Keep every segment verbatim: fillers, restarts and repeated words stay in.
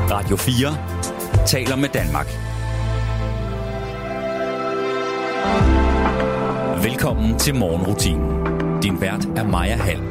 Radio fire taler med Danmark. Velkommen til morgenrutinen. Din vært er Maja Hall.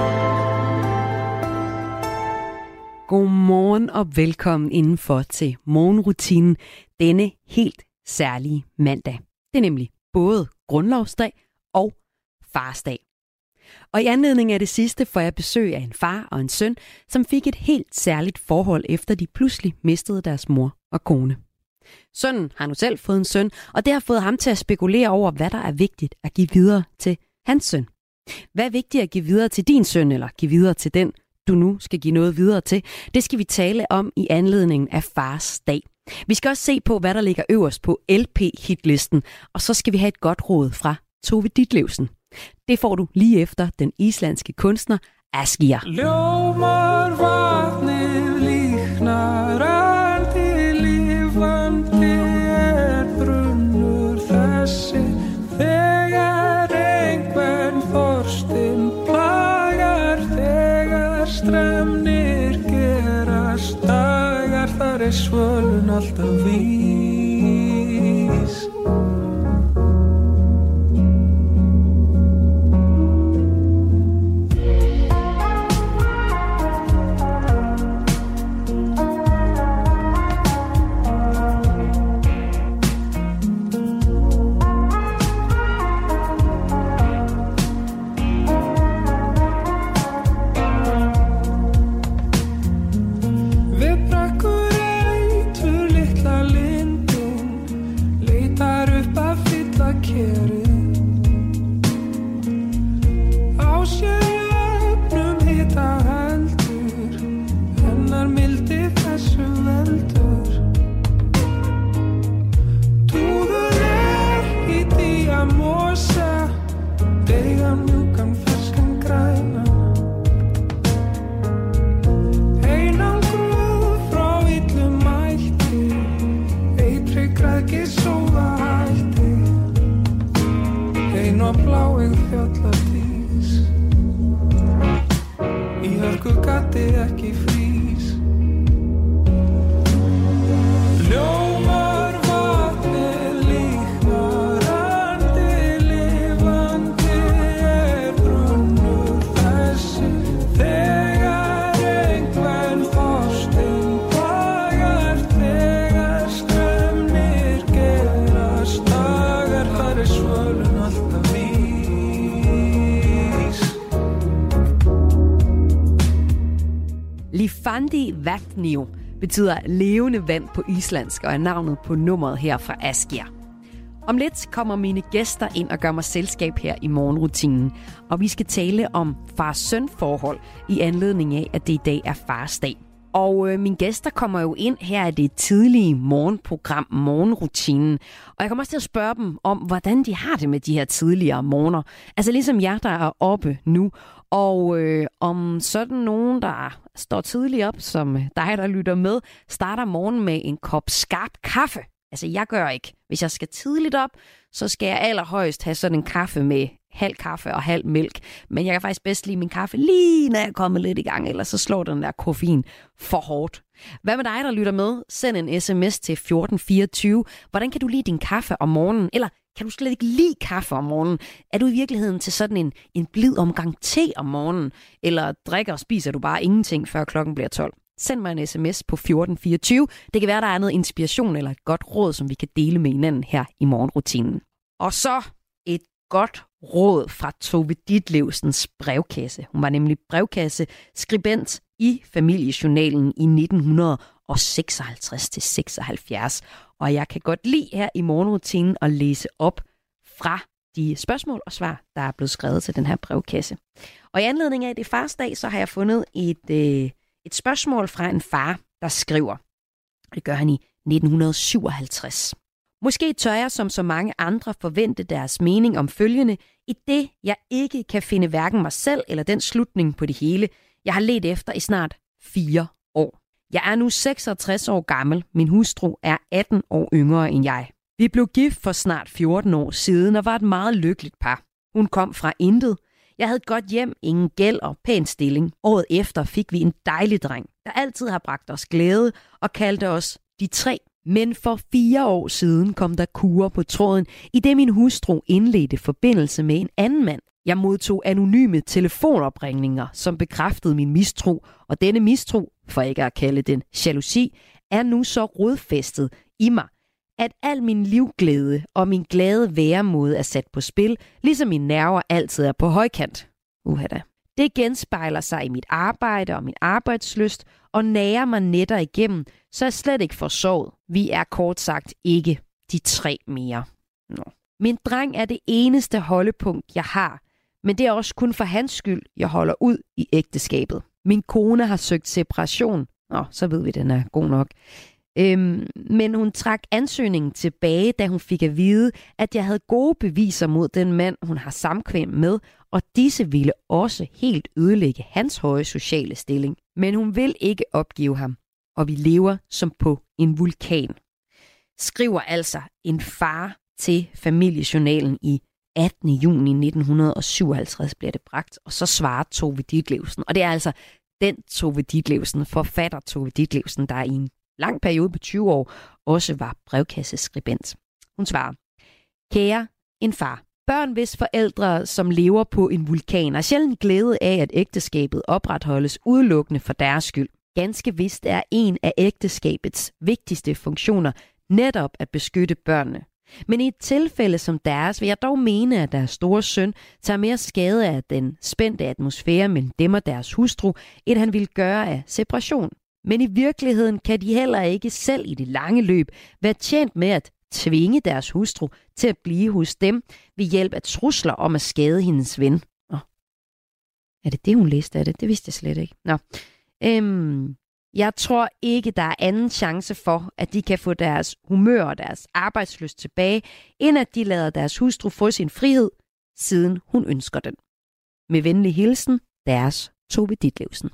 Godmorgen og velkommen indenfor til morgenrutinen denne helt særlige mandag. Det er nemlig både grundlovsdag og farsdag. Og i anledning af det sidste får jeg besøg af en far og en søn, som fik et helt særligt forhold, efter de pludselig mistede deres mor og kone. Sønnen har nu selv fået en søn, og det har fået ham til at spekulere over, hvad der er vigtigt at give videre til hans søn. Hvad er vigtigt at give videre til din søn, eller give videre til den, du nu skal give noget videre til? Det skal vi tale om i anledningen af Fars Dag. Vi skal også se på, hvad der ligger øverst på L P-hitlisten, og så skal vi have et godt råd fra Tove Ditlevsen. Det får du lige efter den islandske kunstner Askja. Ljómar vatnið líknar allt lifandi er brunnur þessi þegar einhvern þorstinn plagar þegar stremnir gerast dagar þar er svölun alltaf vís. Lifandi vatnio betyder levende vand på islandsk og er navnet på nummeret her fra Askja. Om lidt kommer mine gæster ind og gør mig selskab her i morgenrutinen, og vi skal tale om far-søn-forhold i anledning af, at det i dag er Fars Dag. Og øh, mine gæster kommer jo ind her af det tidlige morgenprogram Morgenrutinen. Og jeg kommer også til at spørge dem om, hvordan de har det med de her tidligere morgener. Altså ligesom jer, der er oppe nu. Og øh, om sådan nogen, der står tidligt op, som dig, der lytter med, starter morgenen med en kop skarp kaffe. Altså jeg gør ikke. Hvis jeg skal tidligt op, så skal jeg allerhøjst have sådan en kaffe med halv kaffe og halv mælk. Men jeg kan faktisk bedst lide min kaffe lige når jeg er kommet lidt i gang, ellers så slår den der koffein for hårdt. Hvad med dig, der lytter med? Send en sms til fjorten fireogtyve. Hvordan kan du lide din kaffe om morgenen? Eller kan du slet ikke lide kaffe om morgenen? Er du i virkeligheden til sådan en, en blid omgang te om morgenen? Eller drikker og spiser du bare ingenting, før klokken bliver tolv? Send mig en sms på fjorten fireogtyve. Det kan være, der er noget inspiration eller et godt råd, som vi kan dele med hinanden her i morgenrutinen. Og så et godt råd fra Tove Ditlevsens brevkasse. Hun var nemlig brevkasseskribent i Familiejournalen i nitten seksoghalvtreds til seksoghalvfjerds. Og jeg kan godt lide her i morgenrutinen at læse op fra de spørgsmål og svar, der er blevet skrevet til den her brevkasse. Og i anledning af det Fars Dag, så har jeg fundet et, øh, et spørgsmål fra en far, der skriver. Det gør han i nitten syvoghalvtreds. Måske tør jeg som så mange andre forvente deres mening om følgende, i det jeg ikke kan finde hverken mig selv eller den slutning på det hele, jeg har ledt efter i snart fire år. Jeg er nu seksogtres år gammel, min hustru er atten år yngre end jeg. Vi blev gift for snart fjorten år siden og var et meget lykkeligt par. Hun kom fra intet. Jeg havde et godt hjem, ingen gæld og pæn stilling. Året efter fik vi en dejlig dreng, der altid har bragt os glæde og kaldte os de tre. Men for fire år siden kom der kurer på tråden, i det min hustru indledte forbindelse med en anden mand. Jeg modtog anonyme telefonopringninger, som bekræftede min mistro, og denne mistro, for ikke at kalde den jalousi, er nu så rodfæstet i mig, at al min livglæde og min glade væremåde er sat på spil, ligesom mine nerver altid er på højkant. Uha da. Det genspejler sig i mit arbejde og min arbejdslyst, og nærer mig netter igennem, så jeg slet ikke forsovet. Vi er kort sagt ikke de tre mere. Nå. Min dreng er det eneste holdepunkt, jeg har, men det er også kun for hans skyld, jeg holder ud i ægteskabet. Min kone har søgt separation. Nå, så ved vi, den er god nok. Øhm, men hun trak ansøgningen tilbage, da hun fik at vide, at jeg havde gode beviser mod den mand, hun har samkvem med, og disse ville også helt ødelægge hans høje sociale stilling. Men hun vil ikke opgive ham, og vi lever som på en vulkan. Skriver altså en far til familiejournalen i attende juni nitten syvoghalvtreds bliver det bragt, og så svarer Tove Ditlevsen. Og det er altså den Tove Ditlevsen, forfatter Tove Ditlevsen, der i en lang periode på tyve år også var brevkasseskribent. Hun svarer: Kære en far. Børn, hvis forældre, som lever på en vulkan, er sjældent glæde af, at ægteskabet opretholdes udelukkende for deres skyld. Ganske vist er en af ægteskabets vigtigste funktioner netop at beskytte børnene. Men i et tilfælde som deres vil jeg dog mene, at deres store søn tager mere skade af den spændte atmosfære mellem dem og deres hustru, end han ville gøre af separation. Men i virkeligheden kan de heller ikke selv i det lange løb være tjent med at tvinge deres hustru til at blive hos dem ved hjælp af trusler om at skade hendes ven. Nå. Er det det, hun læste af det? Det vidste jeg slet ikke. Nå. Øhm, jeg tror ikke, der er anden chance for, at de kan få deres humør og deres arbejdslyst tilbage, end at de lader deres hustru få sin frihed, siden hun ønsker den. Med venlig hilsen, deres Tove Ditlevsen.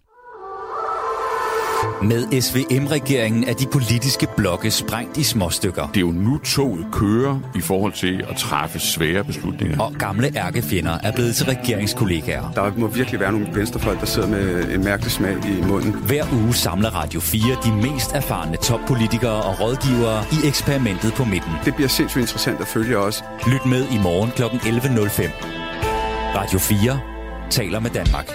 Med S V M-regeringen er de politiske blokke sprængt i småstykker. Det er jo nu toget kører i forhold til at træffe svære beslutninger. Og gamle ærkefjender er blevet til regeringskollegaer. Der må virkelig være nogle venstrefolk, der sidder med en mærkelig smag i munden. Hver uge samler Radio fire de mest erfarne toppolitikere og rådgivere i eksperimentet på midten. Det bliver sindssygt interessant at følge også. Lyt med i morgen klokken elleve nul fem. Radio fire taler med Danmark.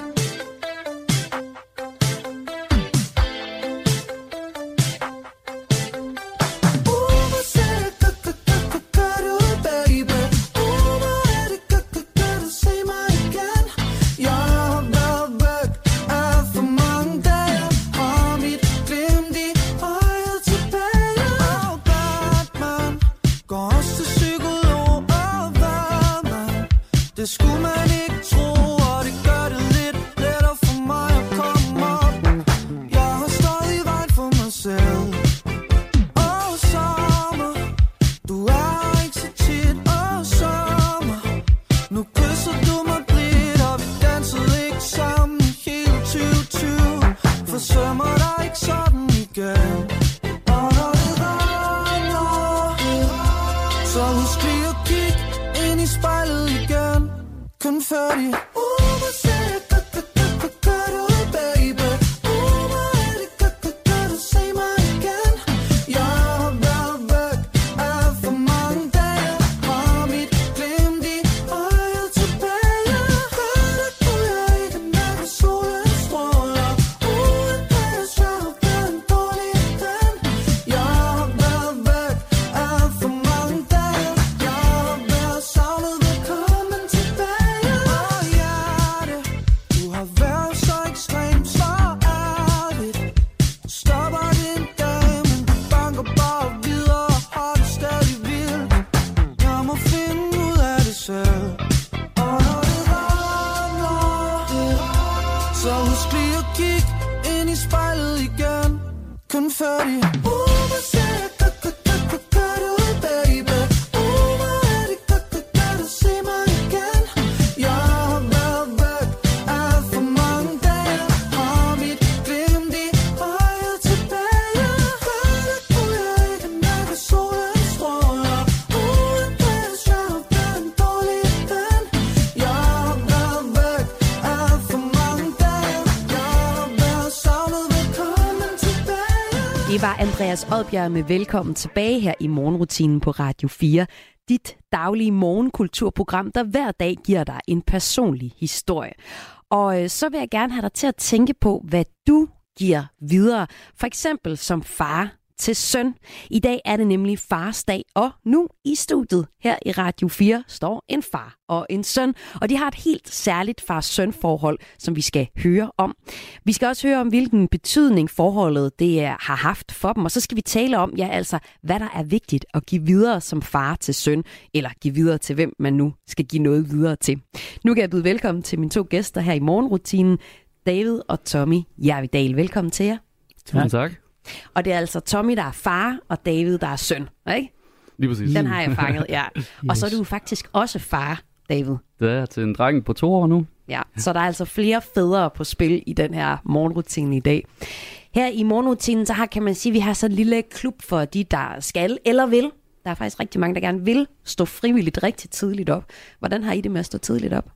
Det var Andreas Odbjerg med Velkommen tilbage her i morgenrutinen på Radio fire. Dit daglige morgenkulturprogram, der hver dag giver dig en personlig historie. Og øh, så vil jeg gerne have dig til at tænke på, hvad du giver videre. For eksempel som far til søn. I dag er det nemlig fars dag, og nu i studiet her i Radio fire står en far og en søn. Og de har et helt særligt far-søn-forhold, som vi skal høre om. Vi skal også høre om, hvilken betydning forholdet det er, har haft for dem. Og så skal vi tale om, ja altså, hvad der er vigtigt at give videre som far til søn, eller give videre til hvem man nu skal give noget videre til. Nu kan jeg byde velkommen til mine to gæster her i morgenrutinen, David og Tommy Jervidal. Velkommen til jer. Tusind tak. Og det er altså Tommy, der er far, og David, der er søn, ikke? Lige præcis. Den har jeg fanget, ja. Og så er du faktisk også far, David. Det er til en dreng på to år nu. Ja, så der er altså flere fædre på spil i den her morgenrutine i dag. Her i morgenrutinen, så har, kan man sige, at vi har sådan en lille klub for de, der skal eller vil. Der er faktisk rigtig mange, der gerne vil stå frivilligt rigtig tidligt op. Hvordan har I det med at stå tidligt op?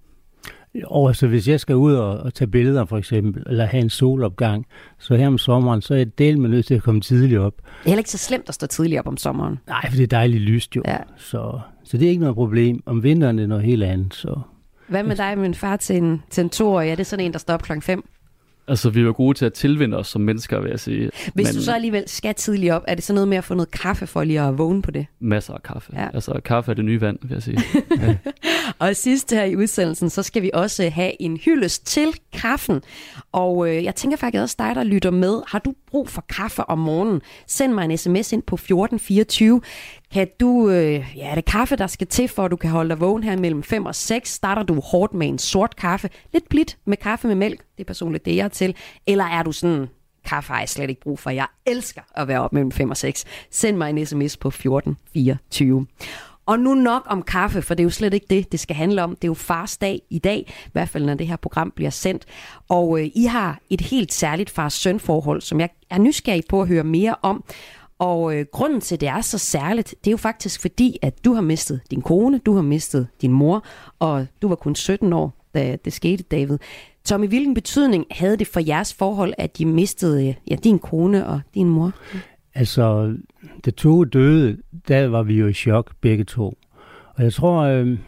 Og altså, hvis jeg skal ud og, og tage billeder for eksempel, eller have en solopgang, så her om sommeren, så er jeg del med nødt til at komme tidligt op. Det er heller ikke så slemt at stå tidligt op om sommeren. Nej, for det er dejligt lyst jo. Ja. Så, så det er ikke noget problem. Om vinteren er det noget helt andet. Så. Hvad med dig, min far, til en, til en toårig? Er det sådan en, der står op klokken fem? Altså, vi er gode til at tilvinde os som mennesker, vil jeg sige. Hvis Men, du så alligevel skal tidligt op, er det så noget med at få noget kaffe for lige at vågne på det? Masser af kaffe. Ja. Altså, kaffe er det nye vand, vil jeg sige. Ja. Og sidst her i udsendelsen, så skal vi også have en hyldest til kaffen. Og øh, jeg tænker faktisk også dig, der lytter med. Har du brug for kaffe om morgenen? Send mig en sms ind på fjorten fireogtyve. Kan du, øh, ja, er det kaffe, der skal til, for at du kan holde dig vågen her mellem fem og seks? Starter du hårdt med en sort kaffe? Lidt blidt med kaffe med mælk, det er personligt det, jeg er til. Eller er du sådan, kaffe har jeg slet ikke brug for, jeg elsker at være op mellem fem og seks. Send mig en sms på fjorten fireogtyve. Og nu nok om kaffe, for det er jo slet ikke det, det skal handle om. Det er jo fars dag i dag, i hvert fald når det her program bliver sendt. Og øh, I har et helt særligt fars-søn-forhold, som jeg er nysgerrig på at høre mere om. Og øh, grunden til, at det er så særligt, det er jo faktisk fordi, at du har mistet din kone, du har mistet din mor, og du var kun sytten år, da det skete, David. Tommy, hvilken betydning havde det for jeres forhold, at I mistede ja, din kone og din mor? Altså, da Tove døde, der var vi jo i chok begge to. Og jeg tror, øh,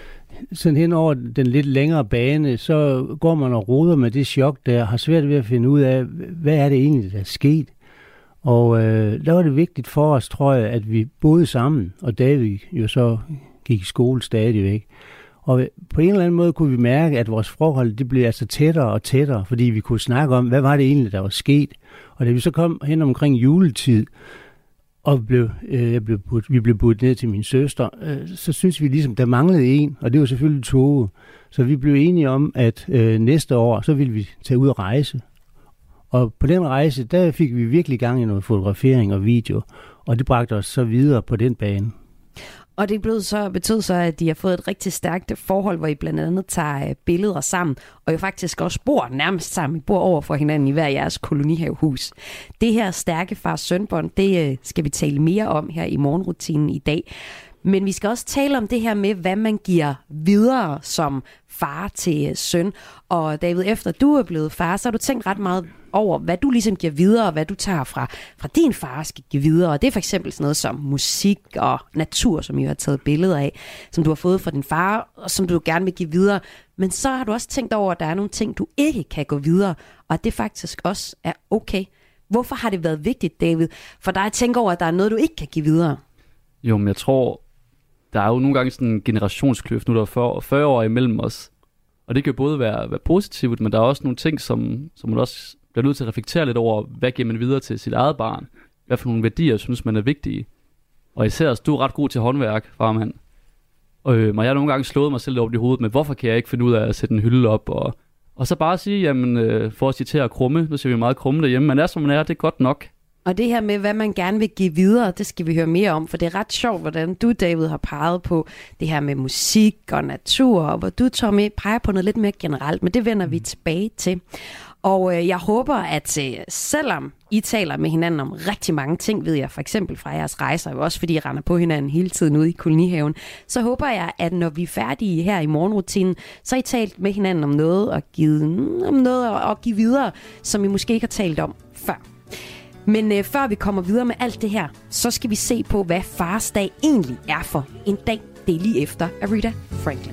sådan hen over den lidt længere bane, så går man og roder med det chok der, har svært ved at finde ud af, hvad er det egentlig, der er sket. Og øh, der var det vigtigt for os, tror jeg, at vi boede sammen, og David jo så gik i skole stadigvæk. Og på en eller anden måde kunne vi mærke, at vores forhold det blev altså tættere og tættere, fordi vi kunne snakke om, hvad var det egentlig, der var sket. Og da vi så kom hen omkring juletid, og blev, øh, jeg blev budt, vi blev budt ned til min søster, øh, så synes vi ligesom, der manglede en, og det var selvfølgelig Tove. Så vi blev enige om, at øh, næste år, så ville vi tage ud og rejse. Og på den rejse, der fik vi virkelig gang i noget fotografering og video, og det bragte os så videre på den bane. Og det blev så, betød så, at de har fået et rigtig stærkt forhold, hvor I blandt andet tager billeder sammen, og jo faktisk også bor nærmest sammen. I bor over for hinanden i hver jeres kolonihavehus. Det her stærke far-søn-bånd, det skal vi tale mere om her i morgenrutinen i dag. Men vi skal også tale om det her med, hvad man giver videre som far til søn. Og David, efter du er blevet far, så har du tænkt ret meget over, hvad du ligesom giver videre, og hvad du tager fra, fra din far skal give videre. Og det er for eksempel sådan noget som musik og natur, som I har taget billeder af, som du har fået fra din far, og som du gerne vil give videre. Men så har du også tænkt over, at der er nogle ting, du ikke kan gå videre, og at det faktisk også er okay. Hvorfor har det været vigtigt, David, for dig at tænke over, at der er noget, du ikke kan give videre? Jo, men jeg tror, der er jo nogle gange sådan en generationskløft, nu der er fyrre år imellem os. Og det kan både være, være positivt, men der er også nogle ting, som, som man også bliver nødt til at reflektere lidt over, hvad giver man videre til sit eget barn? Hvad for nogle værdier synes man er vigtige? Og især, du er ret god til håndværk, farmand. Og øh, jeg har nogle gange slået mig selv over i hovedet med, hvorfor kan jeg ikke finde ud af at sætte en hylde op? Og, og så bare sige, jamen, øh, for at citere krumme, nu ser vi meget krumme derhjemme, men er som man er, det er godt nok. Og det her med, hvad man gerne vil give videre, det skal vi høre mere om, for det er ret sjovt, hvordan du, David, har peget på det her med musik og natur, og hvor du, Tommy, peger på noget lidt mere generelt, men det vender vi tilbage til. Og øh, jeg håber, at øh, selvom I taler med hinanden om rigtig mange ting, ved jeg for eksempel fra jeres rejser, og også fordi I render på hinanden hele tiden ude i kolonihaven, så håber jeg, at når vi er færdige her i morgenrutinen, så har I talt med hinanden om noget, og givet, om noget at give videre, som I måske ikke har talt om før. Men øh, før vi kommer videre med alt det her, så skal vi se på, hvad Fars Dag egentlig er for en dag. Det er lige efter Aretha Franklin.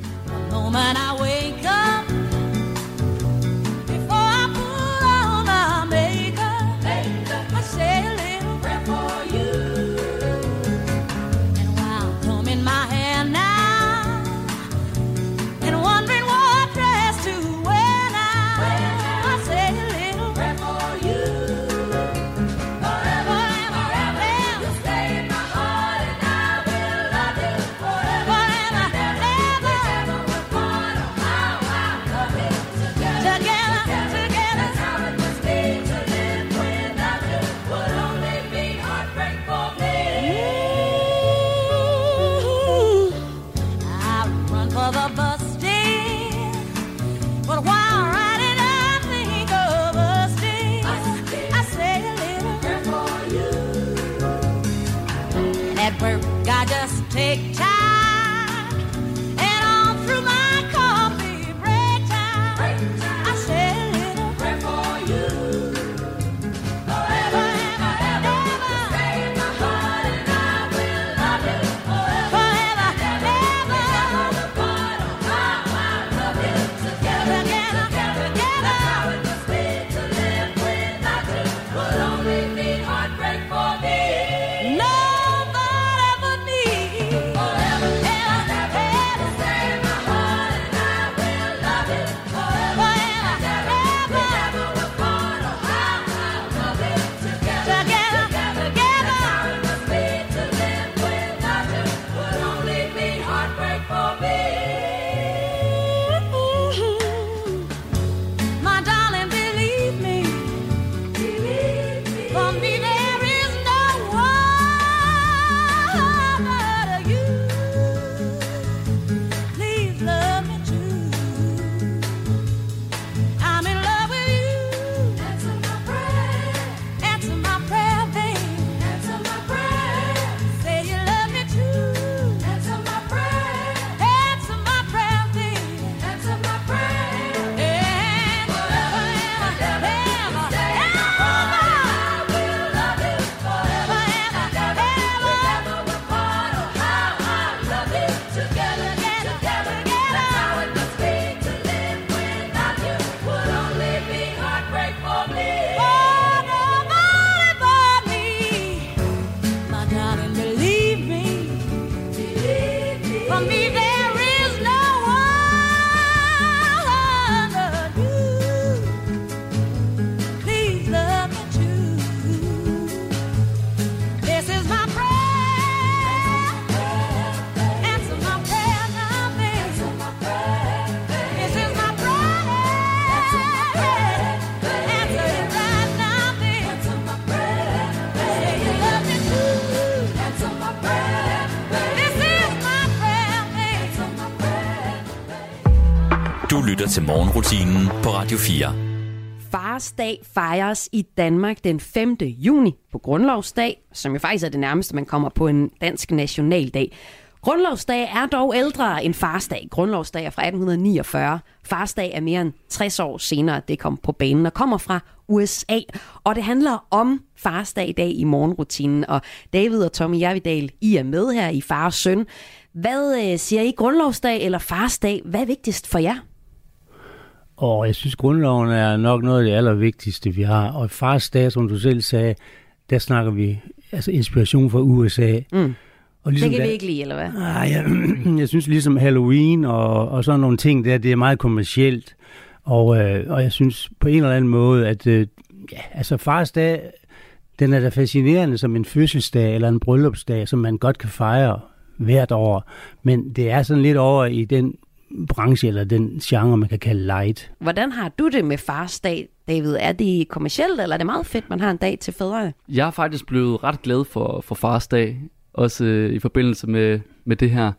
Du lytter til morgenrutinen på Radio fire. Fars Dag fejres i Danmark den femte juni på Grundlovsdag, som jo faktisk er det nærmeste, man kommer på en dansk nationaldag. Grundlovsdag er dog ældre end Fars Dag. Grundlovsdag er fra atten niogfyrre. Fars Dag er mere end tres år senere, det kom på banen og kommer fra U S A. Og det handler om Fars Dag i dag i morgenrutinen. Og David og Tommy Jervidal, I er med her i Far og Søn. Hvad øh, siger I, Grundlovsdag eller Fars Dag? Hvad er vigtigst for jer? Og jeg synes, grundloven er nok noget af det allervigtigste, vi har. Og Fars Dag, som du selv sagde, der snakker vi altså inspiration fra U S A. Mm. Og ligesom det kan der, vi ikke lide, eller hvad? Nej, jeg, jeg synes ligesom Halloween og, og sådan nogle ting der, det er meget kommercielt. Og, øh, og jeg synes på en eller anden måde, at øh, ja, altså Fars Dag, den er da fascinerende som en fødselsdag eller en bryllupsdag, som man godt kan fejre hvert år. Men det er sådan lidt over i den branche eller den genre, man kan kalde light. Hvordan har du det med Fars Dag, David? Er det kommercielt, eller er det meget fedt, man har en dag til fædrene? Jeg er faktisk blevet ret glad for, for Fars Dag, også øh, i forbindelse med, med det her.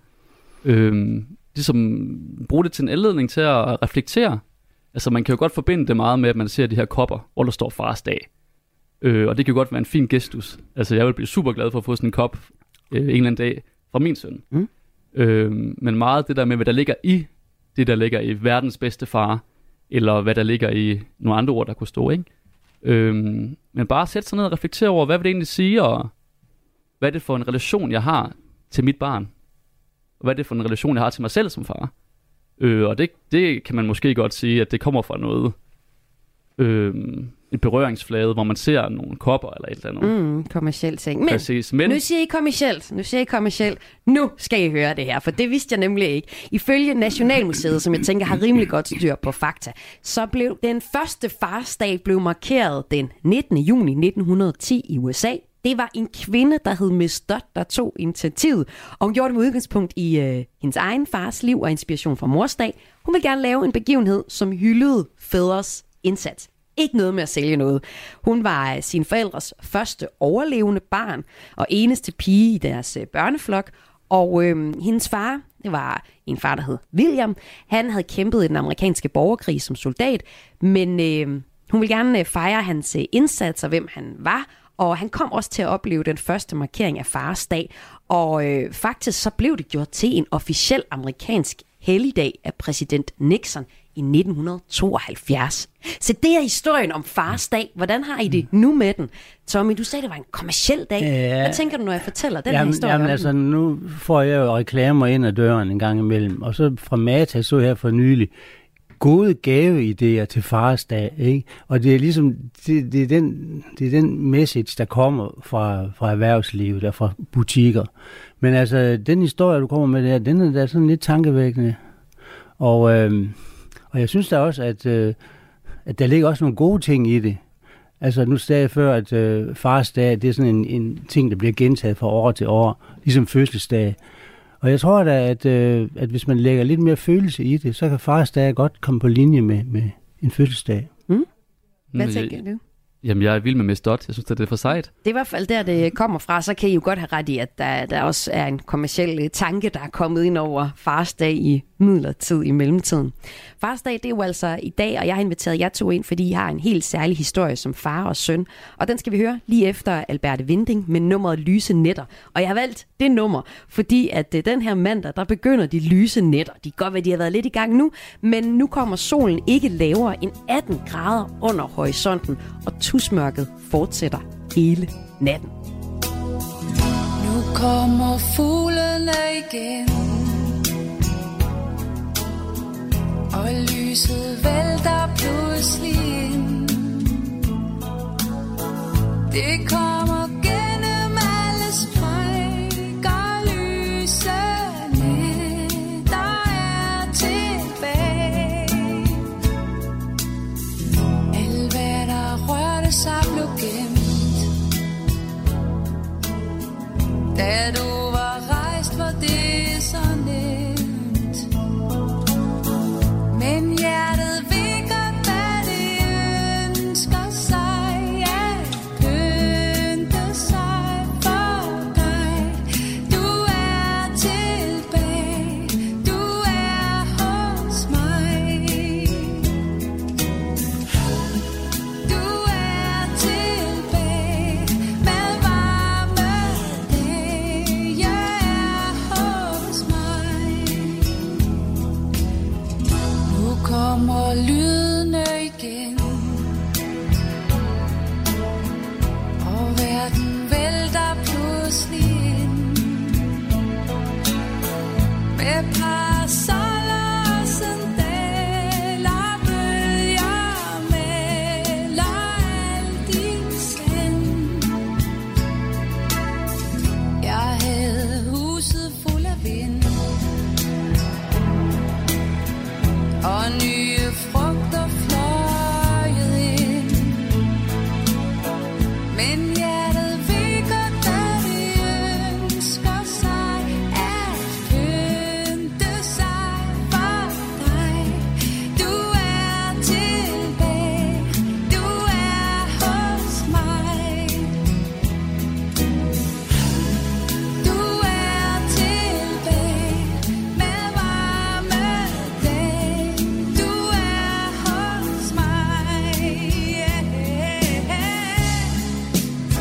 Øhm, ligesom bruge det til en anledning til at reflektere. Altså man kan jo godt forbinde det meget med, at man ser de her kopper, hvor der står Fars Dag. Øh, og det kan jo godt være en fin gestus. Altså jeg vil blive super glad for at få sådan en kop øh, en eller anden dag fra min søn. Mm. Øh, men meget det der med, hvad der ligger i det, der ligger i verdens bedste far, eller hvad der ligger i nogle andre ord, der kunne stå, ikke? Øhm, men bare sætte sig ned og reflektere over, hvad vil det egentlig sige, og hvad er det for en relation, jeg har til mit barn? Og hvad er det for en relation, jeg har til mig selv som far? Øh, og det, det kan man måske godt sige, at det kommer fra noget, øh, en berøringsflade, hvor man ser nogle kopper eller et eller andet. Mm, kommercielt ting. Men, Præcis, men nu siger I kommercielt, nu siger I kommercielt. Nu skal I høre det her, for det vidste jeg nemlig ikke. Ifølge Nationalmuseet, som jeg tænker har rimelig godt styr på fakta, så blev den første farsdag blev markeret den nittende juni nitten hundrede og ti i U S A. Det var en kvinde, der hed Miss Dodd, der tog initiativet, og hun gjorde det med udgangspunkt i øh, hendes egen fars liv og inspiration fra mors dag. Hun ville gerne lave en begivenhed, som hyldede fædres indsats. Ikke noget med at sælge noget. Hun var sin forældres første overlevende barn og eneste pige i deres øh, børneflok. Og øh, hendes far, det var en far, der hed William. Han havde kæmpet i den amerikanske borgerkrig som soldat, men øh, hun ville gerne fejre hans øh, indsats og hvem han var. Og han kom også til at opleve den første markering af fars dag. Og øh, faktisk så blev det gjort til en officiel amerikansk helligdag af præsident Nixon i nitten tooghalvfjerds. Så det er historien om fars dag. Hvordan har I det nu med den? Tommy, du sagde, det var en kommerciel dag. Ja. Hvad tænker du, når jeg fortæller den jamen, her historie? Jamen altså, nu får jeg jo reklamer ind ad døren en gang imellem. Og så fra Mata så her for nylig gode gaveidéer til fars dag, ikke? Og det er ligesom, det, det, er den, det er den message, der kommer fra, fra erhvervslivet og fra butikker. Men altså, den historie, du kommer med der, den er da sådan lidt tankevækkende. Og, øh, og jeg synes da også, at, øh, at der ligger også nogle gode ting i det. Altså, nu sagde jeg før, at øh, fars dag, det er sådan en, en ting, der bliver gentaget fra år til år, ligesom fødselsdag. Og jeg tror da, at, øh, at hvis man lægger lidt mere følelse i det, så kan fars dag godt komme på linje med, med en fødselsdag. Mm. Hvad Men tænker jeg, du? Jamen, jeg er vild med Miss Dodd. Jeg synes, det er for sejt. Det er i hvert fald der, det kommer fra. Så kan I jo godt have ret i, at der, der også er en kommerciel tanke, der er kommet ind over fars dag i midlertid i mellemtiden. Fars dag, det er jo altså i dag, og jeg har inviteret jer to ind, fordi I har en helt særlig historie som far og søn. Og den skal vi høre lige efter Alberte Winding med nummeret Lyse Nætter. Og jeg har valgt det nummer, fordi at den her mandag, der begynder de lyse nætter. De kan godt være, de har været lidt i gang nu, men nu kommer solen ikke lavere end atten grader under horisonten, og tusmørket fortsætter hele natten. Nu kommer fuglene igen, og lyset vælter pludselig ind. Det kommer gennem alle sprækker, lyse nætter er tilbage. Alt hvad der rørte sig blev gemt, da du var rejst, var det så nemt. Men hjertet ved godt, hvad det ønsker sig, at pynte sig for dig. Du er tilbage, du er hos mig. Du er tilbage med varme dage, jeg er hos mig. Nu kommer lydene igen, og verden vælter pludselig ind. Med parasoller og sandaler, bølger melder alt i sand. Jeg havde huset fuld af vind, og nye frugter fløjet ind. Men hjertet ved godt, hvad det ønsker sig, at pynte sig for dig. Du er tilbage, du er hos mig. Du er tilbage med varme dage, du er hos mig.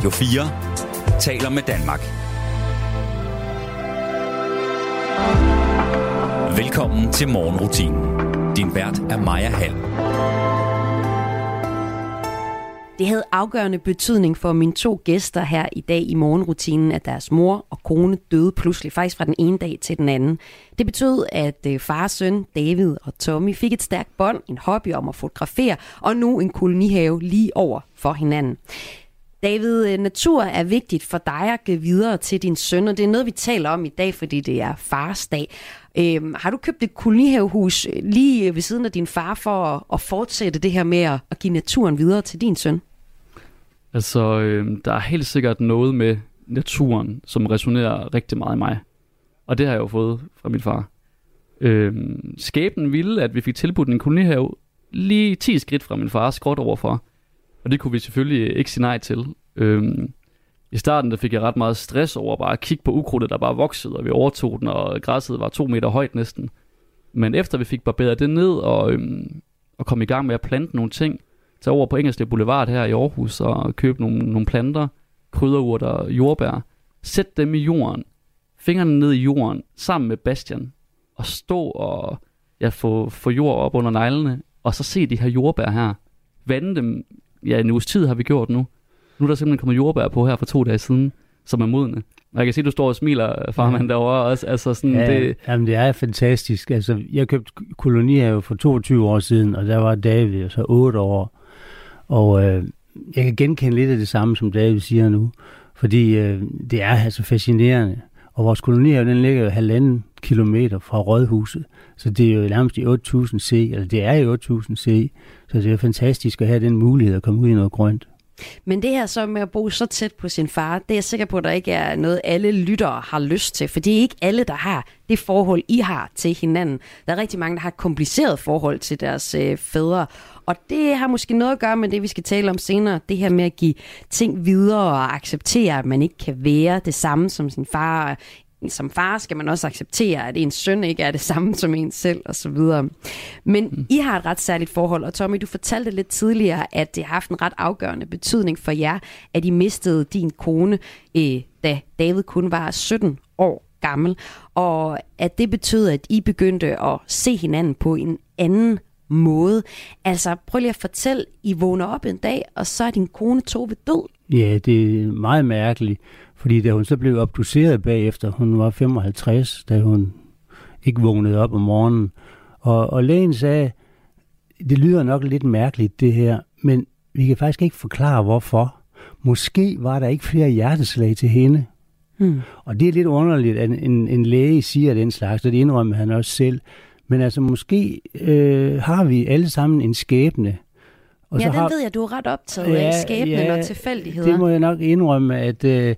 Radio fire taler med Danmark. Velkommen til morgenrutinen. Din vært er Maja Hall. Det havde afgørende betydning for mine to gæster her i dag i morgenrutinen, at deres mor og kone døde pludselig, faktisk fra den ene dag til den anden. Det betød, at far og søn, David og Tommy, fik et stærkt bånd, en hobby om at fotografere, og nu en kolonihave lige over for hinanden. David, natur er vigtigt for dig at give videre til din søn, og det er noget, vi taler om i dag, fordi det er fars dag. Øhm, har du købt et kolonihavehus lige ved siden af din far for at, at fortsætte det her med at, at give naturen videre til din søn? Altså, øh, der er helt sikkert noget med naturen, som resonerer rigtig meget i mig. Og det har jeg jo fået fra min far. Øh, skæbnen ville, at vi fik tilbudt en kolonihave lige ti skridt fra min fars skråt overfor. Og det kunne vi selvfølgelig ikke sige nej til. Øhm, I starten der fik jeg ret meget stress over bare at kigge på ukrudtet, der bare voksede, og vi overtog den, og græsset var to meter højt næsten. Men efter vi fik barberet det ned, og, øhm, og kom i gang med at plante nogle ting, tage over på Engelske Boulevard her i Aarhus, og købe nogle, nogle planter, krydderurter, jordbær, sæt dem i jorden, fingrene ned i jorden, sammen med Bastian, og stå og ja, få, få jord op under neglene, og så se de her jordbær her, vande dem. Ja, en uges tid har vi gjort nu. Nu er der simpelthen kommet jordbær på her for to dage siden, som er modne. Og jeg kan se, at du står og smiler, farmand, ja. Derovre også. Altså sådan, ja, det... Jamen, det er fantastisk. Altså, jeg købte kolonihave for toogtyve år siden, og der var David så otte år. Og øh, jeg kan genkende lidt af det samme, som David siger nu. Fordi øh, det er altså fascinerende. Og vores kolonihave, den ligger jo halvanden kilometer fra rådhuset. Så det er jo nærmest i otte tusind C, eller det er i otte tusind C. Så det er fantastisk at have den mulighed at komme ud i noget grønt. Men det her så med at bo så tæt på sin far, det er jeg sikker på, at der ikke er noget, alle lyttere har lyst til. For det er ikke alle, der har det forhold, I har til hinanden. Der er rigtig mange, der har et kompliceret forhold til deres øh, fædre. Og det har måske noget at gøre med det, vi skal tale om senere. Det her med at give ting videre og acceptere, at man ikke kan være det samme som sin far. Som far skal man også acceptere, at ens søn ikke er det samme som ens selv, og så videre. Men mm. I har et ret særligt forhold, og Tommy, du fortalte lidt tidligere, at det har haft en ret afgørende betydning for jer, at I mistede din kone, øh, da David kun var sytten år gammel, og at det betød, at I begyndte at se hinanden på en anden måde. Altså, prøv lige at fortælle, I vågner op en dag, og så er din kone Tove død. Ja, det er meget mærkeligt. Fordi da hun så blev obduceret bagefter, hun var femoghalvtreds, da hun ikke vågnede op om morgenen. Og, og lægen sagde, det lyder nok lidt mærkeligt det her, men vi kan faktisk ikke forklare hvorfor. Måske var der ikke flere hjerteslag til hende. Hmm. Og det er lidt underligt, at en, en læge siger den slags, og det indrømmer han også selv. Men altså måske øh, har vi alle sammen en skæbne. Og ja, så den har... ved jeg, du er ret optaget ja, af skæbnen ja, og tilfældigheder. Det må jeg nok indrømme, at øh,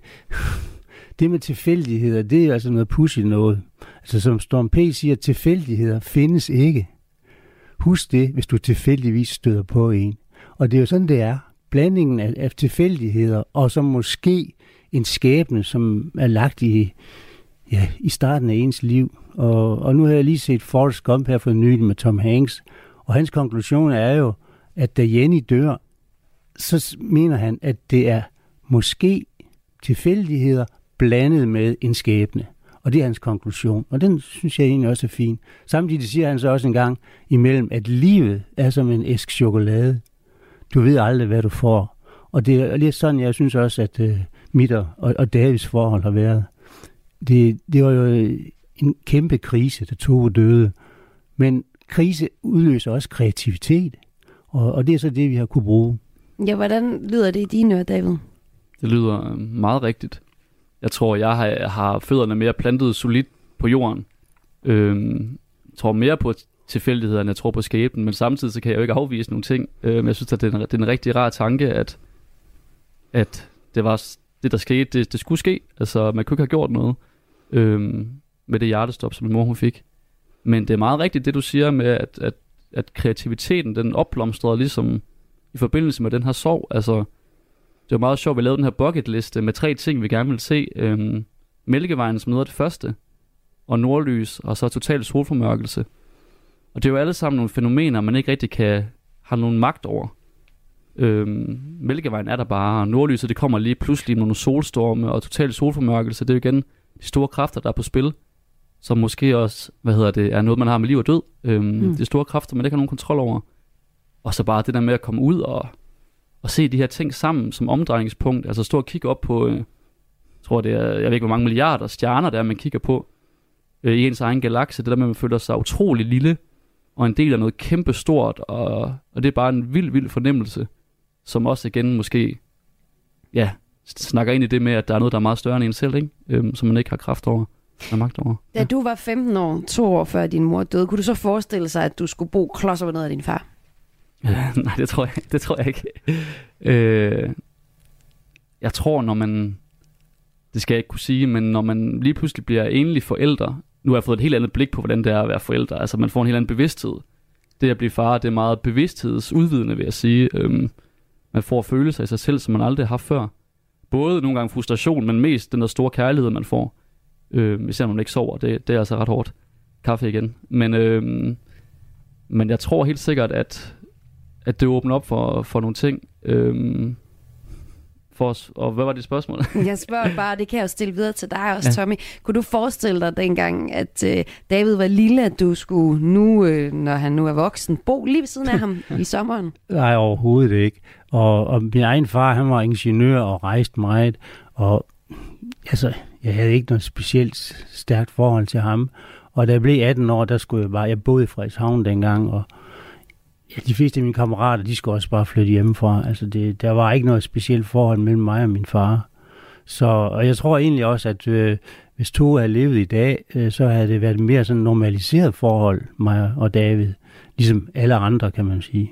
det med tilfældigheder, det er altså noget pudsigt noget. Altså som Storm P. siger, tilfældigheder findes ikke. Husk det, hvis du tilfældigvis støder på en. Og det er jo sådan, det er. Blandingen af, af tilfældigheder, og så måske en skæbne, som er lagt i, ja, i starten af ens liv. Og, og nu har jeg lige set Forrest Gump her for nylig med Tom Hanks, og hans konklusion er jo, at da Jenny dør, så mener han, at det er måske tilfældigheder blandet med en skæbne. Og det er hans konklusion. Og den synes jeg egentlig også er fin. Samtidig siger han så også en gang imellem, at livet er som en æsk chokolade. Du ved aldrig, hvad du får. Og det er lidt sådan, jeg synes også, at uh, mit og, og Davids forhold har været. Det, det var jo en kæmpe krise, da Tove døde. Men krise udløser også kreativitet. Og, og det er så det, vi har kunne bruge. Ja, hvordan lyder det i dine ører, David? Det lyder meget rigtigt. Jeg tror, jeg har, har fødderne mere plantet solidt på jorden. Øhm, jeg tror mere på tilfældigheder, end jeg tror på skæbnen, men samtidig så kan jeg jo ikke afvise nogle ting. Øhm, jeg synes, at det er, en, det er en rigtig rar tanke, at, at det var det, der skete. Det, det skulle ske. Altså, man kunne ikke have gjort noget øhm, med det hjertestop, som min mor hun fik. Men det er meget rigtigt, det du siger med, at, at, at kreativiteten, den opblomstrede ligesom i forbindelse med den her sorg. Altså, det var meget sjovt, at vi lavede den her bucketliste med tre ting, vi gerne ville se. Øhm, Mælkevejen som noget af det første, og nordlys, og så total solformørkelse. Og det er jo alle sammen nogle fænomener, man ikke rigtig kan have nogen magt over. Øhm, Mælkevejen er der bare, og nordlyset det kommer lige pludselig med nogle solstorme og total solformørkelse. Det er jo igen de store kræfter, der er på spil, som måske også, hvad hedder det, er noget, man har med liv og død. Øhm, mm. De store kræfter, man ikke har nogen kontrol over. Og så bare det der med at komme ud og, og se de her ting sammen som omdrejningspunkt. Altså stå og kigge op på, øh, jeg tror det er, jeg ved ikke hvor mange milliarder stjerner der man kigger på øh, i ens egen galakse. Det der med, at man føler sig utrolig lille og en del af noget kæmpe stort. Og, og det er bare en vild, vild fornemmelse, som også igen måske, ja, snakker ind i det med, at der er noget, der er meget større end en selv, ikke? Øhm, som man ikke har kraft over, har magt over. Da du var femten år, to år før din mor døde, kunne du så forestille sig, at du skulle bo klods op og ned af din far? Ja, nej, det tror jeg, det tror jeg ikke. Øh, jeg tror, når man, det skal jeg ikke kunne sige, men når man lige pludselig bliver enlig forældre, nu har jeg fået et helt andet blik på, hvordan det er at være forældre. Altså, man får en helt anden bevidsthed. Det at blive far, det er meget bevidsthedsudvidende, vil jeg sige. Øhm, man får følelser i sig selv, som man aldrig har haft før. Både nogle gange frustration, men mest den der store kærlighed, man får. Øhm, især når man ikke sover. Det, det er altså ret hårdt. Kaffe igen. Men, øhm, men jeg tror helt sikkert, at, at det åbner op for, for nogle ting. Øhm, for os. Og hvad var dit spørgsmål? Jeg spørger bare, det kan jeg jo stille videre til dig også, ja. Tommy. Kunne du forestille dig dengang, at øh, David var lille, at du skulle nu, øh, når han nu er voksen, bo lige ved siden af ham i sommeren? Nej, overhovedet ikke. Og, og min egen far, han var ingeniør og rejste meget. Og altså, jeg havde ikke noget specielt stærkt forhold til ham. Og da jeg blev atten år, der skulle jeg bare, jeg boede i Frederikshavn dengang, og ja, de fleste af mine kammerater, de skulle også bare flytte hjemmefra. Altså det, der var ikke noget specielt forhold mellem mig og min far. Så, og jeg tror egentlig også, at øh, hvis to havde levet i dag, øh, så havde det været mere sådan normaliseret forhold, mig og David. Ligesom alle andre, kan man sige.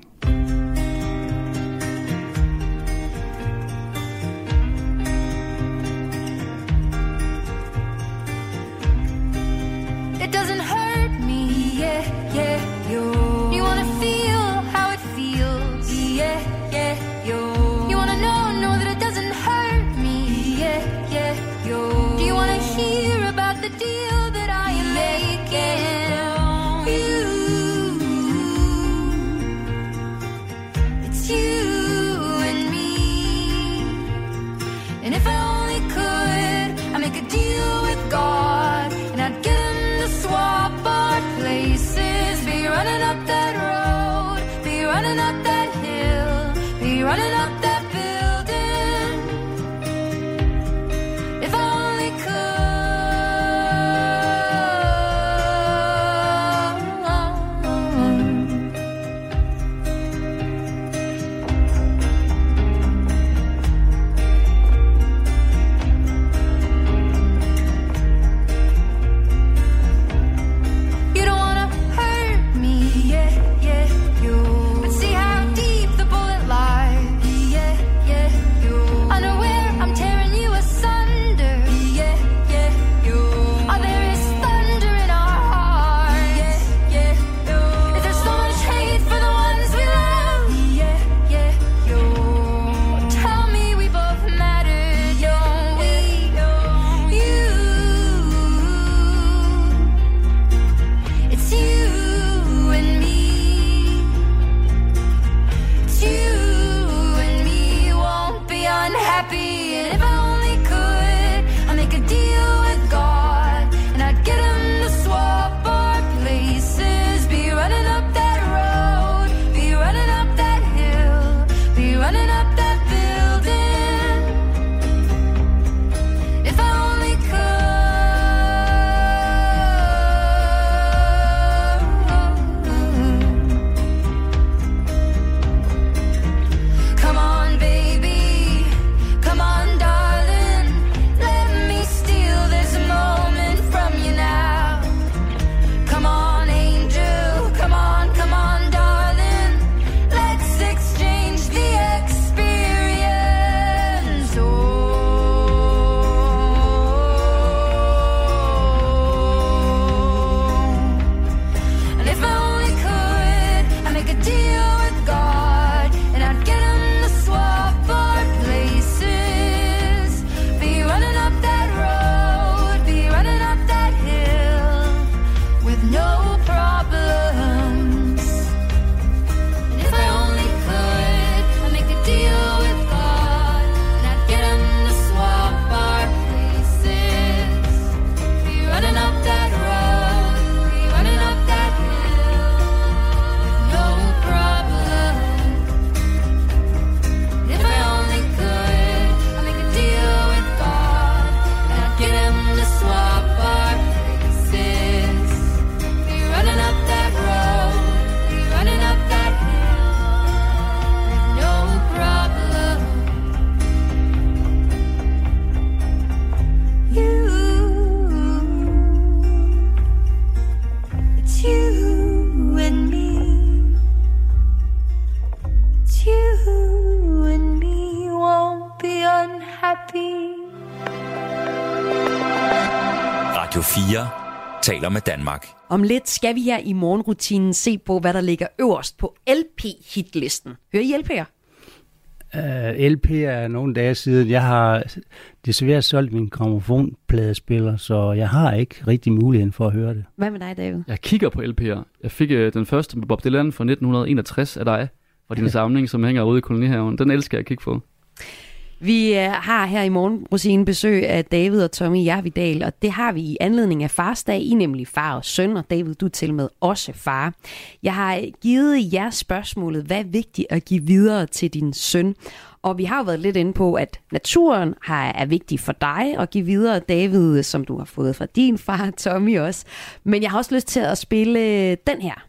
fire taler med Danmark. Om lidt skal vi her i morgenrutinen se på, hvad der ligger øverst på L P-hitlisten. Hører I L P'er? Uh, L P er nogle dage siden. Jeg har desværre solgt min grammofonpladespiller, så jeg har ikke rigtig muligheden for at høre det. Hvad med dig, David? Jeg kigger på L P'er. Jeg fik uh, den første med Bob Dylan fra nitten enogtres af dig, fra din samling, som hænger ude i kolonihaven. Den elsker jeg at kigge på. Vi har her i morgenrutinen besøg af David og Tommy Jervidal, og det har vi i anledning af farsdag. I nemlig far og søn, og David, du er til med også far. Jeg har givet jer spørgsmålet, hvad er vigtigt at give videre til din søn? Og vi har jo været lidt inde på, at naturen er vigtig for dig at give videre, David, som du har fået fra din far, Tommy også. Men jeg har også lyst til at spille den her.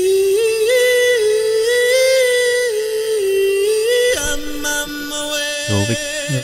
Jo, vigtigt. Ja.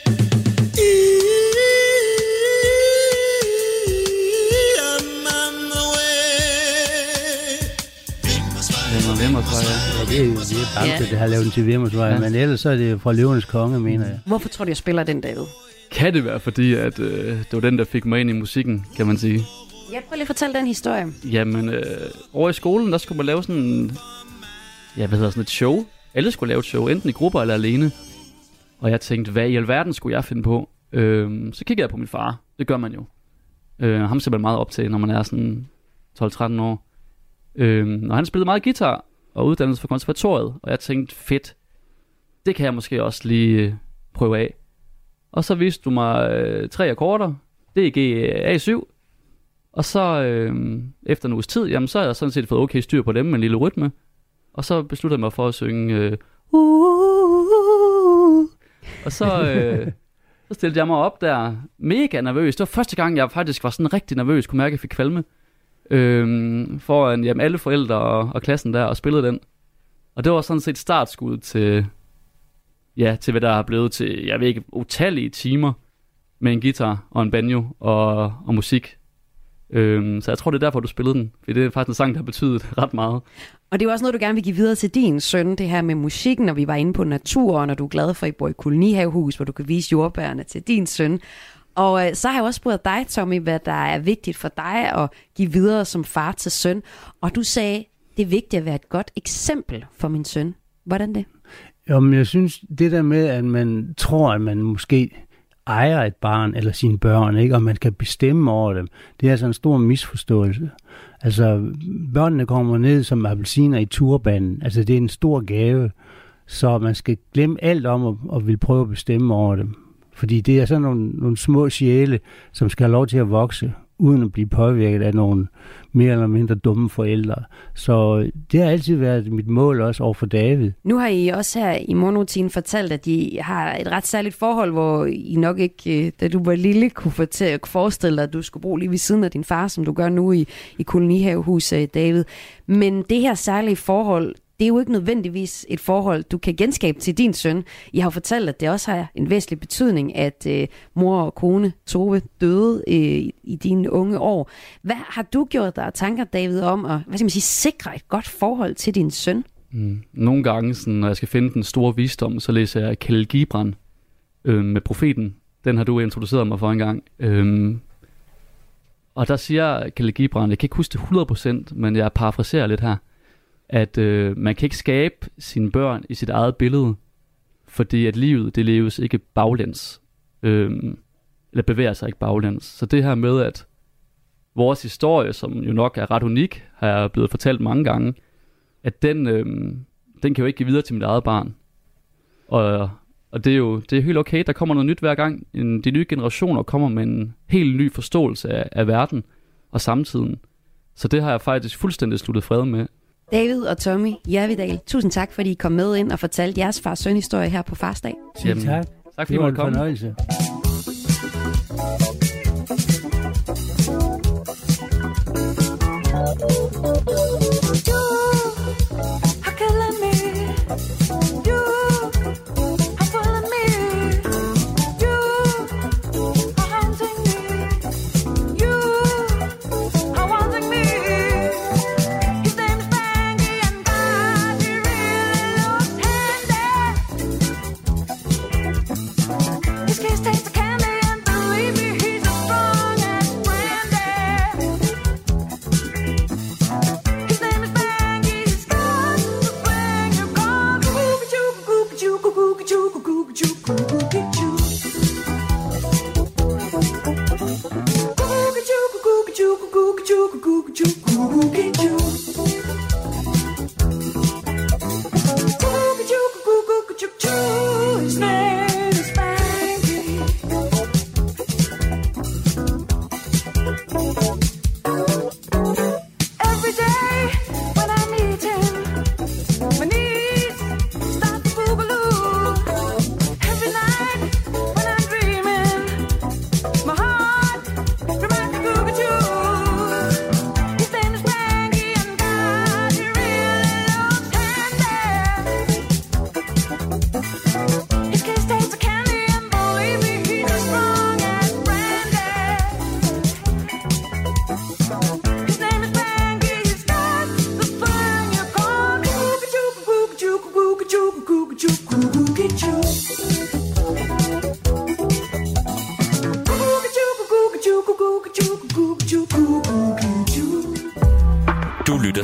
Vemmersvej, ja. Ja, det er, det er Bamse, ja. Det har lavet den til Vemmersvej, ja. Men ellers så er det fra Løvernes Konge, mener jeg. Hvorfor tror du, jeg spiller den, David? Kan det være, fordi at, øh, det var den, der fik mig ind i musikken, kan man sige? Jeg prøver lige at fortælle den historie. Jamen, øh, over i skolen, der skulle man lave sådan, ja, hvad hedder sådan et show. Alle skulle lave et show, enten i grupper eller alene. Og jeg tænkte, hvad i alverden skulle jeg finde på? Øh, så kiggede jeg på min far. Det gør man jo. Øh, ham ser man meget op til, når man er sådan tolv tretten år. Øh, og han spillede meget guitar og uddannelse fra konservatoriet. Og jeg tænkte, fedt, det kan jeg måske også lige prøve af. Og så viste du mig øh, tre akkorder. D, G, A syv. Og så øh, efter en uges tid, jamen, så har jeg sådan set fået okay styr på dem med en lille rytme. Og så besluttede jeg mig for at synge øh, uh, og så, øh, så stillede jeg mig op der mega nervøs. Det var første gang, jeg faktisk var sådan rigtig nervøs, kunne mærke, at jeg fik kvalme. Øh, foran jamen, alle forældre og, og klassen der, og spillede den. Og det var sådan set startskud til, ja, til hvad der er blevet til, jeg ved ikke, utallige timer med en guitar og en banjo og, og musik. Øhm, så jeg tror, det er derfor, du spillede den. For det er faktisk en sang, der har betydet ret meget. Og det er jo også noget, du gerne vil give videre til din søn, det her med musikken, når vi var inde på naturen, og du er glad for, at I bor i kolonihavehus, hvor du kan vise jordbærene til din søn. Og øh, så har jeg også spurgt dig, Tommy, hvad der er vigtigt for dig at give videre som far til søn. Og du sagde, det er vigtigt at være et godt eksempel for min søn. Hvordan det? Jamen, jeg synes, det der med, at man tror, at man måske ejer et barn eller sine børn, ikke, og man kan bestemme over dem, det er altså en stor misforståelse. Altså, børnene kommer ned som appelsiner i turbanen. Altså, det er en stor gave, så man skal glemme alt om at, og vil prøve at bestemme over dem. Fordi det er sådan nogle, nogle små sjæle, som skal have lov til at vokse, uden at blive påvirket af nogle mere eller mindre dumme forældre. Så det har altid været mit mål også over for David. Nu har I også her i morgenrutinen fortalt, at I har et ret særligt forhold, hvor I nok ikke, da du var lille, kunne forestille dig, at du skulle bo lige ved siden af din far, som du gør nu i, i kolonihavehus, David. Men det her særlige forhold, det er jo ikke nødvendigvis et forhold, du kan genskabe til din søn. I har jo fortalt, at det også har en væsentlig betydning, at øh, mor og kone Tove døde øh, i dine unge år. Hvad har du gjort dig tanker, David, om at hvad skal man sige, sikre et godt forhold til din søn? Mm. Nogle gange, sådan, når jeg skal finde den store visdom, så læser jeg Khalil Gibran øh, med Profeten. Den har du introduceret mig for en gang. Øh, og der siger Khalil Gibran, jeg kan ikke huske det hundrede procent, men jeg parafraserer lidt her, at øh, man kan ikke skabe sine børn i sit eget billede, fordi at livet, det leves ikke baglæns, øh, eller bevæger sig ikke baglæns. Så det her med, at vores historie, som jo nok er ret unik, har jeg blevet fortalt mange gange, at den, øh, den kan jo ikke give videre til mit eget barn. Og, og det er jo det er helt okay, der kommer noget nyt hver gang. En, de nye generationer kommer med en helt ny forståelse af, af verden og samtiden. Så det har jeg faktisk fuldstændig sluttet fred med. David og Tommy Jervidal, tusind tak, fordi I kom med ind og fortalte jeres fars søn-historie her på farsdag. Jamen, tak. Tak fordi I måtte komme. Fornøjelse. His kiss tastes of candy and believe me,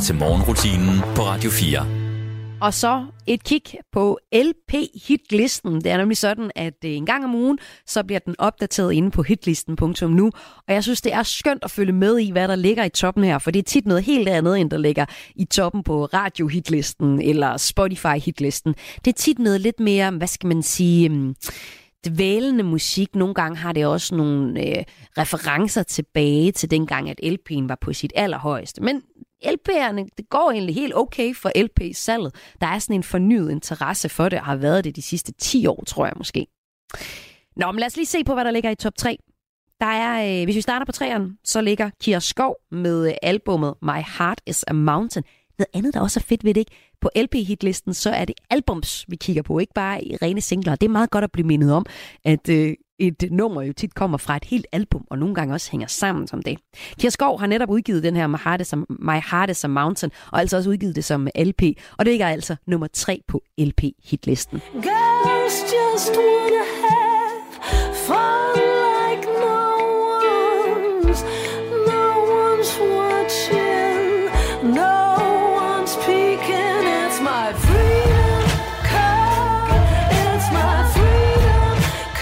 til morgenrutinen på Radio fire. Og så et kig på L P-hitlisten. Det er nemlig sådan, at en gang om ugen, så bliver den opdateret inde på hitlisten punktum nu. Og jeg synes, det er skønt at følge med i, hvad der ligger i toppen her, for det er tit noget helt andet, end der ligger i toppen på radio-hitlisten eller Spotify-hitlisten. Det er tit noget lidt mere, hvad skal man sige, dvælende musik. Nogle gange har det også nogle øh, referencer tilbage til dengang, at L P'en var på sit allerhøjeste. Men L P'erne, det går egentlig helt okay for L P-salget. Der er sådan en fornyet interesse for det, og har været det de sidste ti år, tror jeg måske. Nå, men lad os lige se på, hvad der ligger i top tre. Der er, øh, hvis vi starter på treeren, så ligger Kira Skov med albummet My Heart is a Mountain. Noget andet, der også er fedt ved det, ikke? På L P-hitlisten, så er det albums, vi kigger på, ikke bare i rene singler. Det er meget godt at blive mindet om, at øh, et nummer jo tit kommer fra et helt album, og nogle gange også hænger sammen som det. Kira Skov har netop udgivet den her My Heart is a, My Heart is a Mountain, og altså også udgivet det som L P, og det ligger altså nummer tre på L P-hitlisten. Girls just wanna have fun like no one's, no one's watching, no one's peeking. It's my freedom card, it's my freedom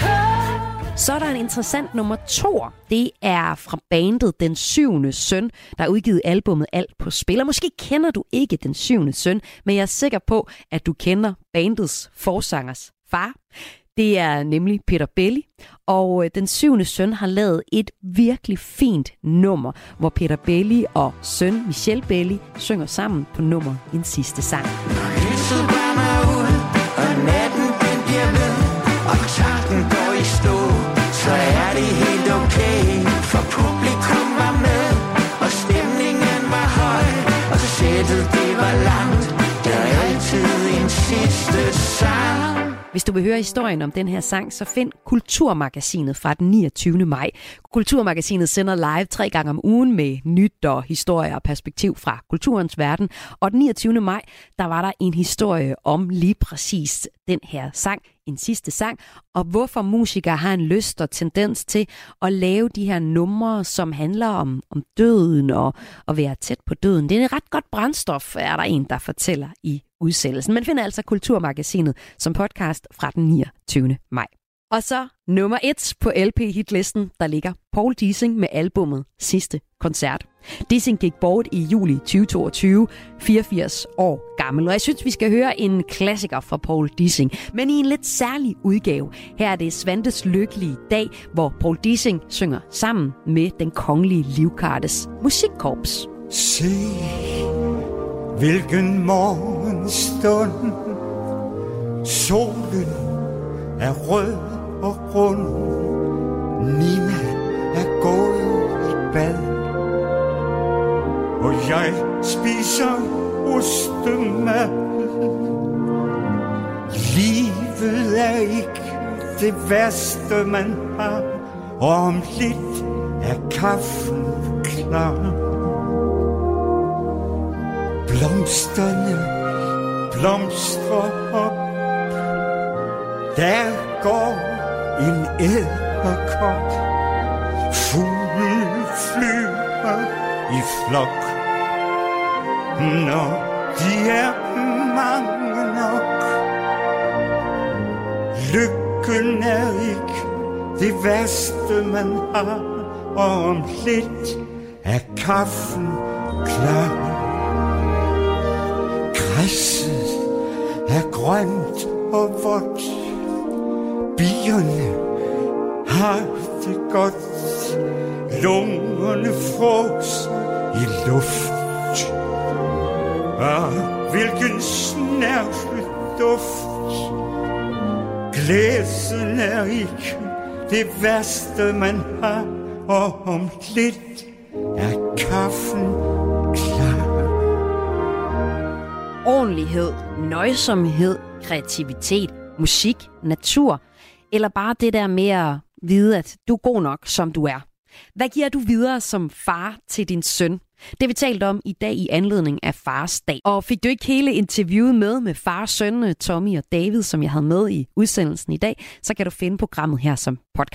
card. Så er der en interessant nummer to. Det er fra bandet Den Syvende Søn, der har udgivet albummet Alt på Spil. Og måske kender du ikke Den Syvende Søn, men jeg er sikker på, at du kender bandets forsangers far. Det er nemlig Peter Belli, og Den Syvende Søn har lavet et virkelig fint nummer, hvor Peter Belli og søn Michel Belli synger sammen på nummer En Sidste Sang. Lyset brænder ud, og natten den bliver ved, og takten går i stå, så er det helt okay, for publikum var med, og stemningen var høj, og sættet det var langt, der er altid en sidste sang. Hvis du vil høre historien om den her sang, så find Kulturmagasinet fra den niogtyvende maj. Kulturmagasinet sender live tre gange om ugen med nyt og historie og perspektiv fra kulturens verden. Og den niogtyvende maj, der var der en historie om lige præcis den her sang, En Sidste Sang, og hvorfor musikere har en lyst og tendens til at lave de her numre, som handler om, om døden og at være tæt på døden. Det er et ret godt brændstof, er der en, der fortæller i udsendelsen. Man finder altså Kulturmagasinet som podcast fra den niogtyvende maj. Og så nummer et på L P-hitlisten, der ligger Paul Dissing med albummet Sidste Koncert. Dissing gik bort i juli tyve toogtyve, fireogfirs år gammel. Og jeg synes, vi skal høre en klassiker fra Paul Dissing, men i en lidt særlig udgave. Her er det Svantes Lykkelige Dag, hvor Paul Dissing synger sammen med Den Kongelige Livgardes Musikkorps. Se, hvilken morgenstund, solen er rød og rund, Nina er gået i bad, og jeg spiser ostemad. Livet er ikke det værste man har, og om lidt er kaffen klar. Blomsterne blomstrer op, der går en edderkop, fugle flyver i flok. Når de er mange nok, lykken er ikke det værste man har, og om lidt er kaffen klar. Græsset er grønt og vådt, bierne har det godt, lungerne frås i luft. Ah, hvilken snærfelig duft. Glæsen er ikke det værste man har, og om lidt er kaffen klar. Ordentlighed, nøjsomhed, kreativitet, musik, natur, eller bare det der med at vide, at du er god nok, som du er. Hvad giver du videre som far til din søn? Det vi talt om i dag i anledning af Fars Dag. Og fik du ikke hele interviewet med med fars sønne Tommy og David, som jeg havde med i udsendelsen i dag, så kan du finde programmet her som podcast.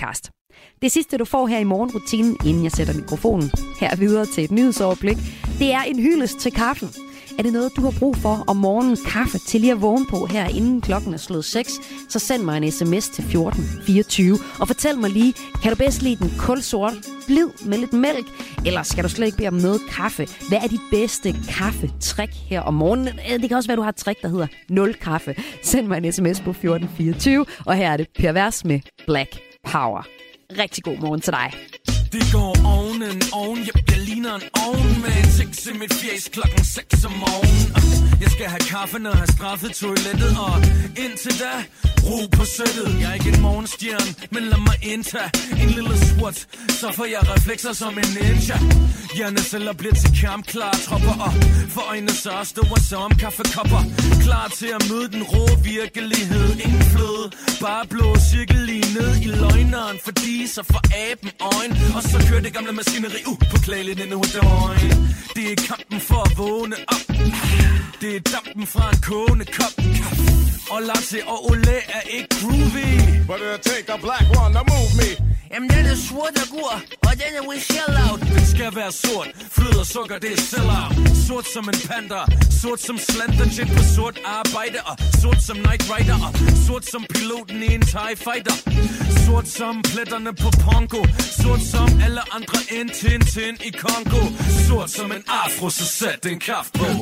Det sidste, du får her i morgenrutinen, inden jeg sætter mikrofonen her videre til et nyhedsoverblik, det er en hyldest til kaffen. Er det noget, du har brug for om morgenen, kaffe til lige at vågne på her, inden klokken er slået seks, så send mig en sms til fjorten fireogtyve og fortæl mig lige, kan du bedst lide den kulsort, blid med lidt mælk, eller skal du slet ikke bede om noget kaffe? Hvad er dit bedste kaffetrik her om morgenen? Det kan også være, du har et trick, der hedder nul kaffe. Send mig en sms på fjorten fireogtyve, og her er det Per Vers med Black Power. Rigtig god morgen til dig. Det går oven en oven, jeg, jeg ligner en ovn med en tiks i mit fjes klokken seks om morgenen. Jeg skal have kaffe, når jeg har straffet toilettet, og indtil da, ro på sættet. Jeg er ikke en morgenstjerne, men lad mig indtage en lille swat, så får jeg reflekser som en ninja. Hjerneceller bliver til kampklare tropper, og for øjnene så store som kaffekopper. Klar til at møde den rå virkelighed, ingen fløde, bare blå cirkel lige ned i løgneren, fordi så får aben øjne. Og så kører det gamle maskineri upåklageligt endnu et døgn. Det er kampen for at vågne op. Det er dampen fra en kogende kop. Og latte og olé er ikke groovy. But it'll take a black one to move me. Jamen den er sort og gur, og den er with shell out. Den skal være sort, flød og sukker, det er sell out. Sort som en panda, sort som slender, shit på sort arbejde. Og sort som Knight Rider, og sort som piloten i en TIE Fighter. Sort som pletterne på Pongo, sort som alle andre end Tintin i Kongo. Sort som en afro, så sæt en kaffe på.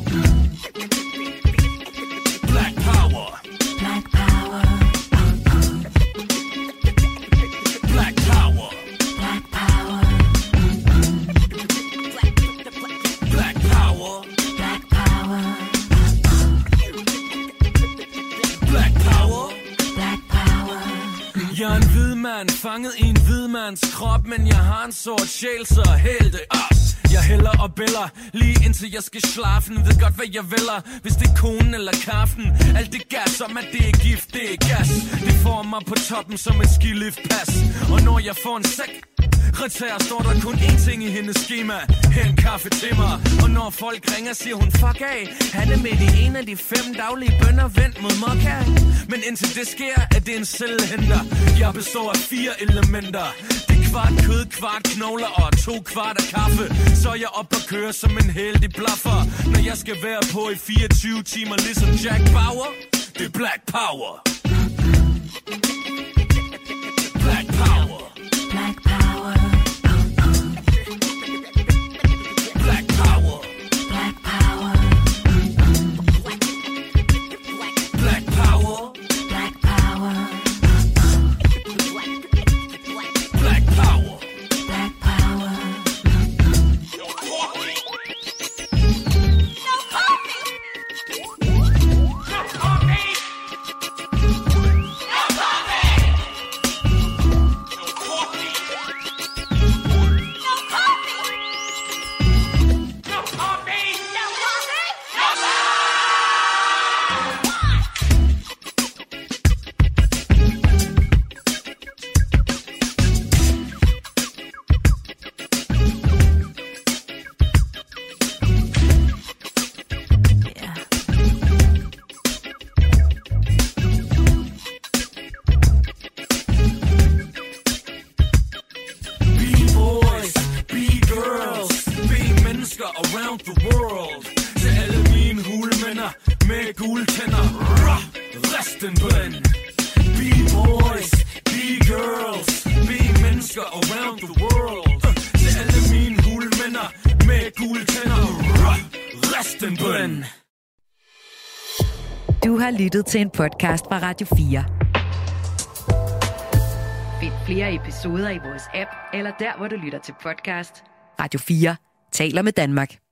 Black Power. Black Power. Black Power. Black Power. Black Power. Black Power. Black Power. Black Power. Jeg er en hvid mand, fanget i en hvid mands krop, men jeg har en sort sjæl, så hæld det op. Jeg hælder og bæller, lige indtil jeg skal slafen. Ved godt, hvad jeg vælger, hvis det er konen eller kaffen. Alt det gas om, at det er gift, det er gas. Det får mig på toppen som et skiliftpas. Og når jeg får en sæk, retær, står der kun én ting i hendes schema. Hent kaffe til mig. Og når folk ringer, siger hun fuck af. Han er midt i en af de fem daglige bønner vendt mod mokka. Men indtil det sker, er det en selvhenter. Jeg består af fire elementer. Det er kvart kød, kvart knogler og to kvart af kaffe. Så er jeg op og kører som en heldig blaffer. Når jeg skal være på i fireogtyve timer ligesom Jack Bauer. Det er Black Power. Black Power. Black Power. Black Power. Black Power. Black Power. Black Power. Black Power. Black Power. Around the world. Til alle mine hulemænder med gule tænder. Rest in bøn. Be boys, be girls, be mennesker around the world. Til alle mine hulemænder med gule tænder. Rest in bøn. Du har lyttet til en podcast fra Radio fire. Find flere episoder i vores app, eller der, hvor du lytter til podcast. Radio fire taler med Danmark.